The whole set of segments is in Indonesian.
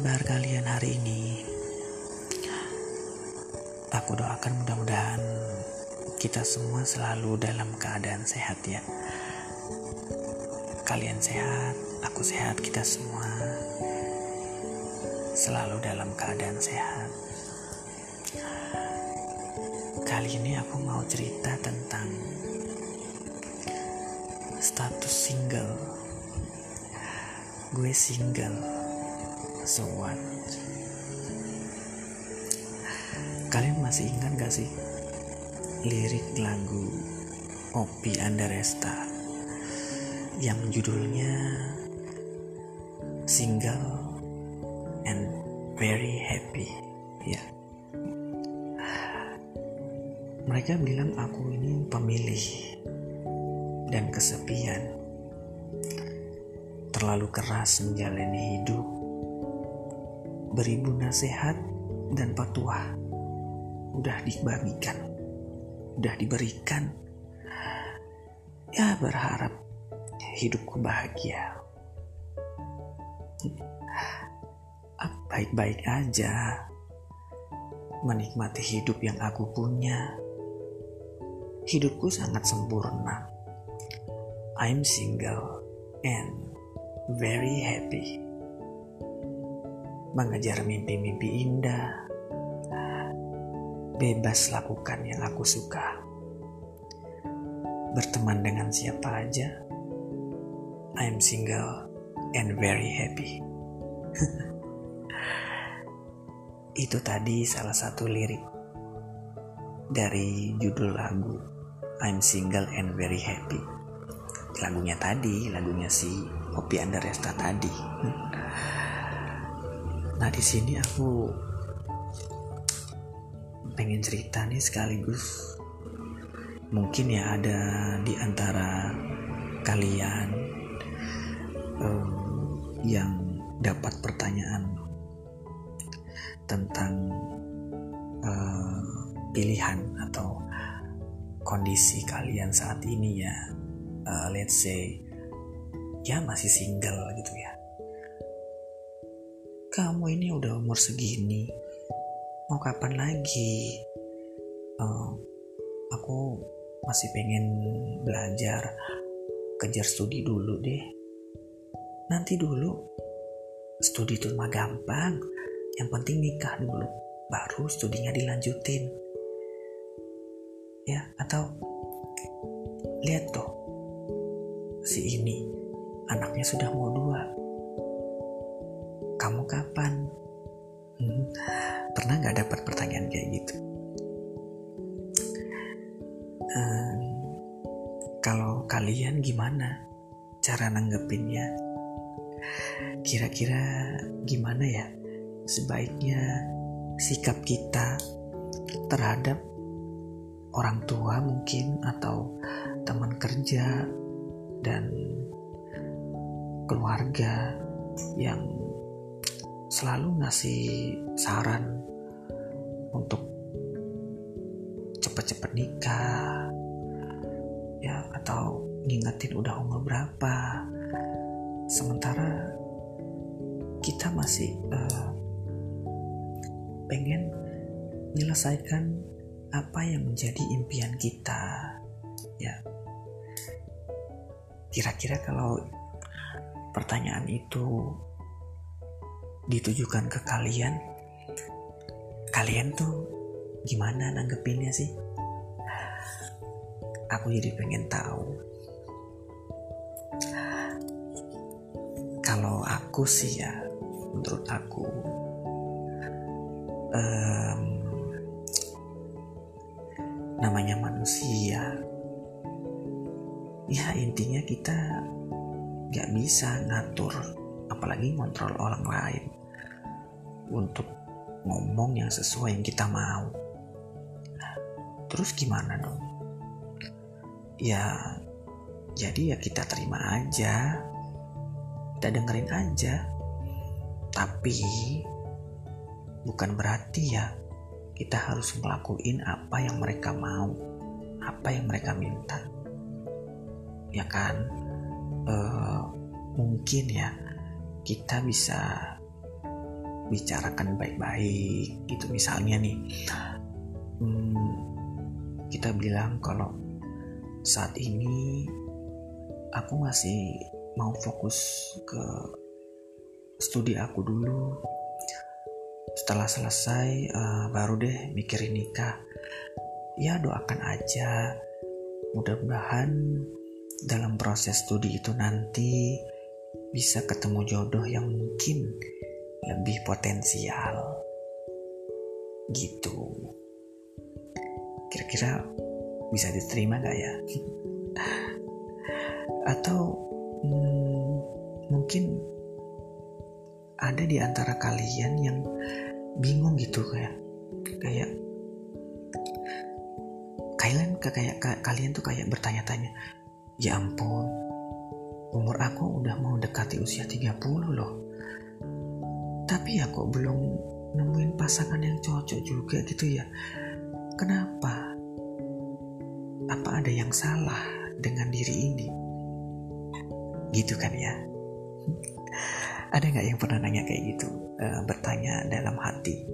kabar kalian hari ini? Aku doakan mudah-mudahan kita semua selalu dalam keadaan sehat ya. Kalian sehat, aku sehat, kita semua selalu dalam keadaan sehat. Kali ini aku mau cerita tentang status single. Gue single, so what? Kalian masih ingat gak sih lirik lagu Oppie Andaresta yang judulnya Single and Very Happy ya? Mereka bilang aku ini pemilih dan kesepian, terlalu keras menjalani hidup, beribu nasihat dan petuah udah dibagikan, udah diberikan. Ya, berharap hidupku bahagia. Baik-baik aja, menikmati hidup yang aku punya. Hidupku sangat sempurna. I'm single and very happy. Mengejar mimpi-mimpi indah, bebas lakukan yang aku suka, berteman dengan siapa aja. I'm single and very happy. Itu tadi salah satu lirik dari judul lagu I'm single and very happy. Lagunya si Oppie Andaresta tadi. Nah, di sini aku pengen cerita nih sekaligus. Mungkin ya ada di antara kalian yang dapat pertanyaan tentang pilihan atau kondisi kalian saat ini ya. Let's say ya masih single gitu ya. Kamu ini udah umur segini, mau kapan lagi? Aku masih pengen belajar, kejar studi dulu deh. Nanti dulu, studi itu mah gampang. Yang penting nikah dulu, baru studinya dilanjutin. Ya, atau lihat tuh, si ini anaknya sudah mau 2. Kamu kapan? Pernah gak dapat pertanyaan kayak gitu? Kalau kalian gimana cara nanggepinnya? Kira-kira gimana ya sebaiknya sikap kita terhadap orang tua mungkin, atau teman kerja dan keluarga yang selalu ngasih saran untuk cepet-cepet nikah ya, atau ngingetin udah umur berapa, sementara kita masih pengen menyelesaikan apa yang menjadi impian kita ya. Kira-kira kalau pertanyaan itu ditujukan ke kalian tuh gimana nanggepinnya sih? Aku jadi pengen tahu. Kalau aku sih ya, menurut aku namanya manusia ya, intinya kita gak bisa ngatur, apalagi ngontrol orang lain untuk ngomong yang sesuai yang kita mau. Terus gimana dong? Ya, jadi ya kita terima aja, kita dengerin aja. Tapi bukan berarti ya kita harus ngelakuin apa yang mereka mau, apa yang mereka minta. Ya kan? Mungkin ya kita bisa bicarakan baik-baik gitu. Misalnya nih, kita bilang kalau saat ini aku masih mau fokus ke studi aku dulu. Setelah selesai baru deh mikirin nikah. Ya doakan aja, mudah-mudahan dalam proses studi itu nanti bisa ketemu jodoh yang mungkin lebih potensial gitu. Kira-kira bisa diterima gak ya? Atau mungkin ada di antara kalian yang bingung gitu, kayak kalian tuh kayak bertanya-tanya, ya ampun, umur aku udah mau dekati usia 30 loh, tapi ya kok belum nemuin pasangan yang cocok juga gitu ya. Kenapa? Apa ada yang salah dengan diri ini? Gitu kan ya. Ada gak yang pernah nanya kayak gitu? Bertanya dalam hati,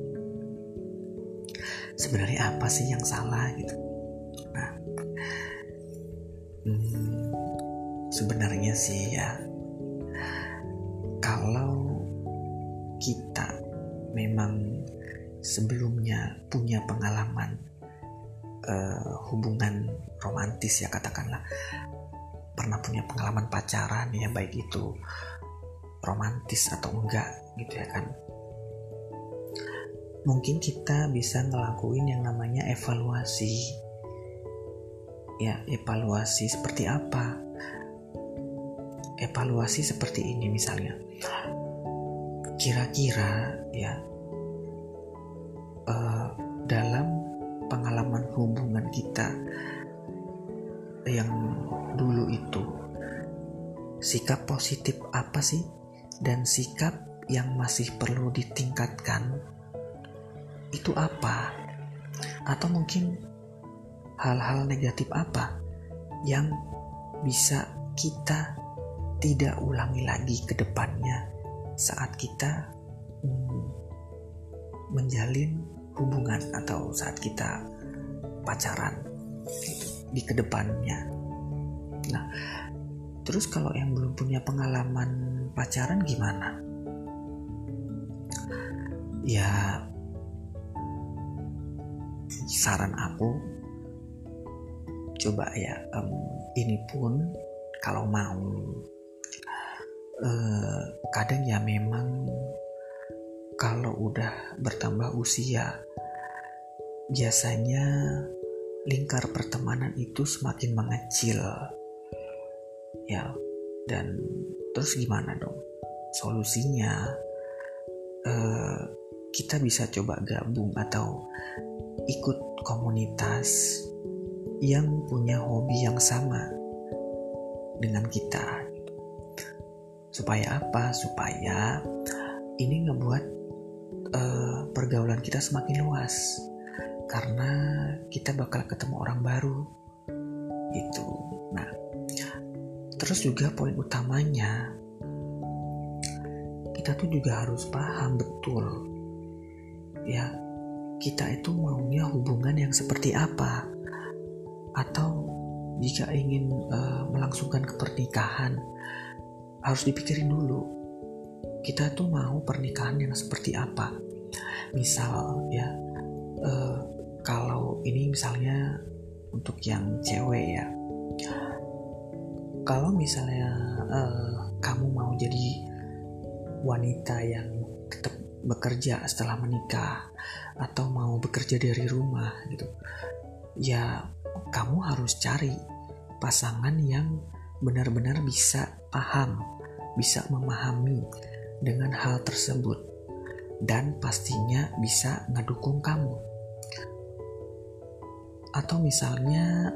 sebenarnya apa sih yang salah gitu? Nah, sebenarnya sih ya, kalau kita memang sebelumnya punya pengalaman hubungan romantis ya, katakanlah pernah punya pengalaman pacaran ya, baik itu romantis atau enggak gitu ya kan, mungkin kita bisa ngelakuin yang namanya evaluasi. Ya, evaluasi seperti apa? Evaluasi seperti ini misalnya, kira-kira ya dalam pengalaman hubungan kita yang dulu itu, sikap positif apa sih, dan sikap yang masih perlu ditingkatkan itu apa? Atau mungkin hal-hal negatif apa yang bisa kita tidak ulangi lagi ke depannya saat kita menjalin hubungan atau saat kita pacaran gitu, di kedepannya. Nah, terus kalau yang belum punya pengalaman pacaran gimana? Ya, saran aku coba ya, ini pun kalau mau, kadang ya memang kalau udah bertambah usia, biasanya lingkar pertemanan itu semakin mengecil ya. Dan terus gimana dong solusinya? Kita bisa coba gabung atau ikut komunitas yang punya hobi yang sama dengan kita. Supaya apa? Supaya ini ngebuat pergaulan kita semakin luas, karena kita bakal ketemu orang baru gitu. Nah, terus juga poin utamanya, kita tuh juga harus paham betul ya, kita itu maunya hubungan yang seperti apa. Atau jika ingin melangsungkan ke pernikahan, harus dipikirin dulu, kita tuh mau pernikahan yang seperti apa. Misal ya, kalau ini misalnya untuk yang cewek ya, kalau misalnya kamu mau jadi wanita yang tetap bekerja setelah menikah, atau mau bekerja dari rumah gitu ya, kamu harus cari pasangan yang benar-benar bisa paham, bisa memahami dengan hal tersebut, dan pastinya bisa ngedukung kamu. Atau misalnya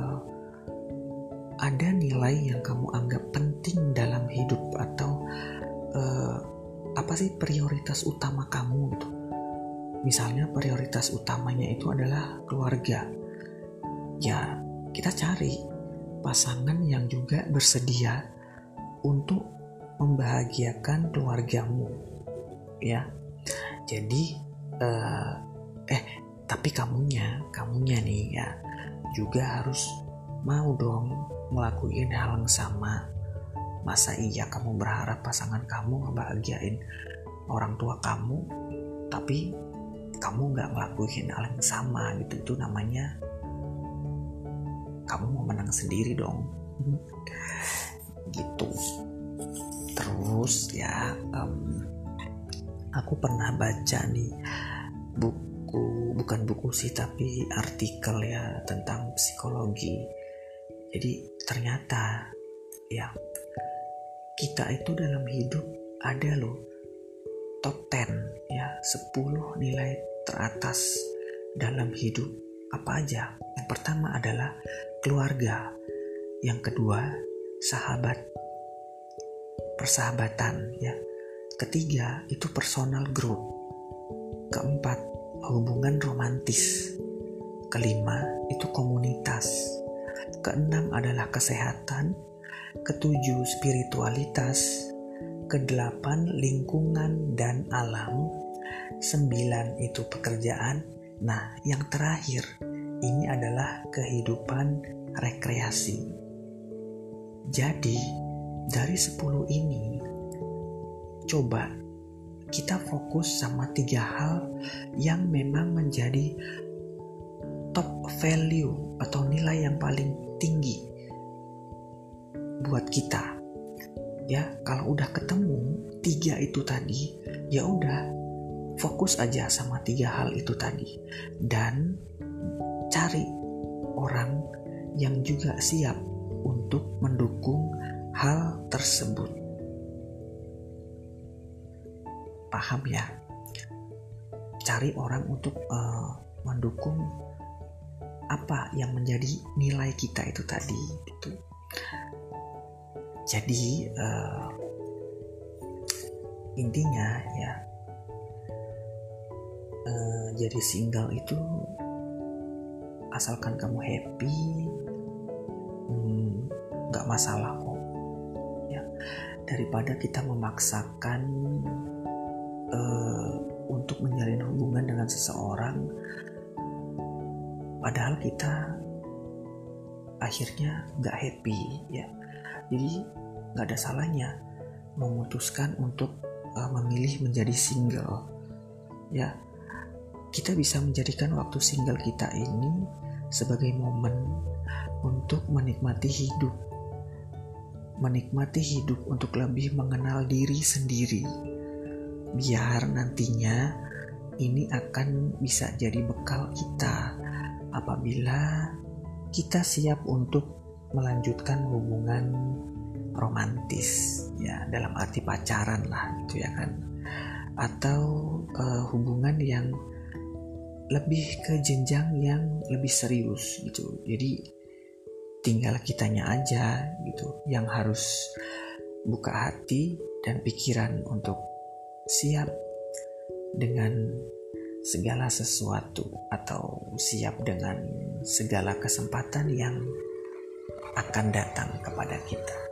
ada nilai yang kamu anggap penting dalam hidup, atau apa sih prioritas utama kamu gitu. Misalnya prioritas utamanya itu adalah keluarga. Ya, kita cari pasangan yang juga bersedia untuk membahagiakan keluargamu ya. Jadi tapi kamunya nih ya juga harus mau dong ngelakuin hal yang sama. Masa iya kamu berharap pasangan kamu ngebahagiain orang tua kamu, tapi kamu gak ngelakuin hal yang sama gitu? Itu namanya kamu mau menang sendiri dong. Gitu. Terus ya, aku pernah baca nih bukan buku sih, tapi artikel ya tentang psikologi. Jadi ternyata ya kita itu dalam hidup ada loh top 10 ya, 10 nilai teratas dalam hidup. Apa aja? Yang pertama adalah keluarga. Yang kedua persahabatan ya. Ketiga itu personal growth. Keempat hubungan romantis. Kelima itu komunitas. Keenam adalah kesehatan. Ketujuh spiritualitas. Kedelapan lingkungan dan alam. 9 itu pekerjaan. Nah, yang terakhir ini adalah kehidupan rekreasi. Jadi dari 10 ini coba kita fokus sama 3 hal yang memang menjadi top value atau nilai yang paling tinggi buat kita. Ya, kalau udah ketemu 3 itu tadi, ya udah fokus aja sama 3 hal itu tadi dan cari orang yang juga siap untuk mendukung hal tersebut. Paham ya? Cari orang untuk mendukung apa yang menjadi nilai kita itu tadi gitu. Jadi intinya ya, jadi single itu asalkan kamu happy, gak masalah kok ya. Daripada kita memaksakan untuk menjalin hubungan dengan seseorang padahal kita akhirnya gak happy ya. Jadi gak ada salahnya memutuskan untuk memilih menjadi single ya. Kita bisa menjadikan waktu single kita ini sebagai momen untuk menikmati hidup untuk lebih mengenal diri sendiri, biar nantinya ini akan bisa jadi bekal kita apabila kita siap untuk melanjutkan hubungan romantis ya, dalam arti pacaran lah gitu ya kan, atau hubungan yang lebih ke jenjang yang lebih serius gitu. Jadi tinggal kitanya aja gitu yang harus buka hati dan pikiran untuk siap dengan segala sesuatu atau siap dengan segala kesempatan yang akan datang kepada kita.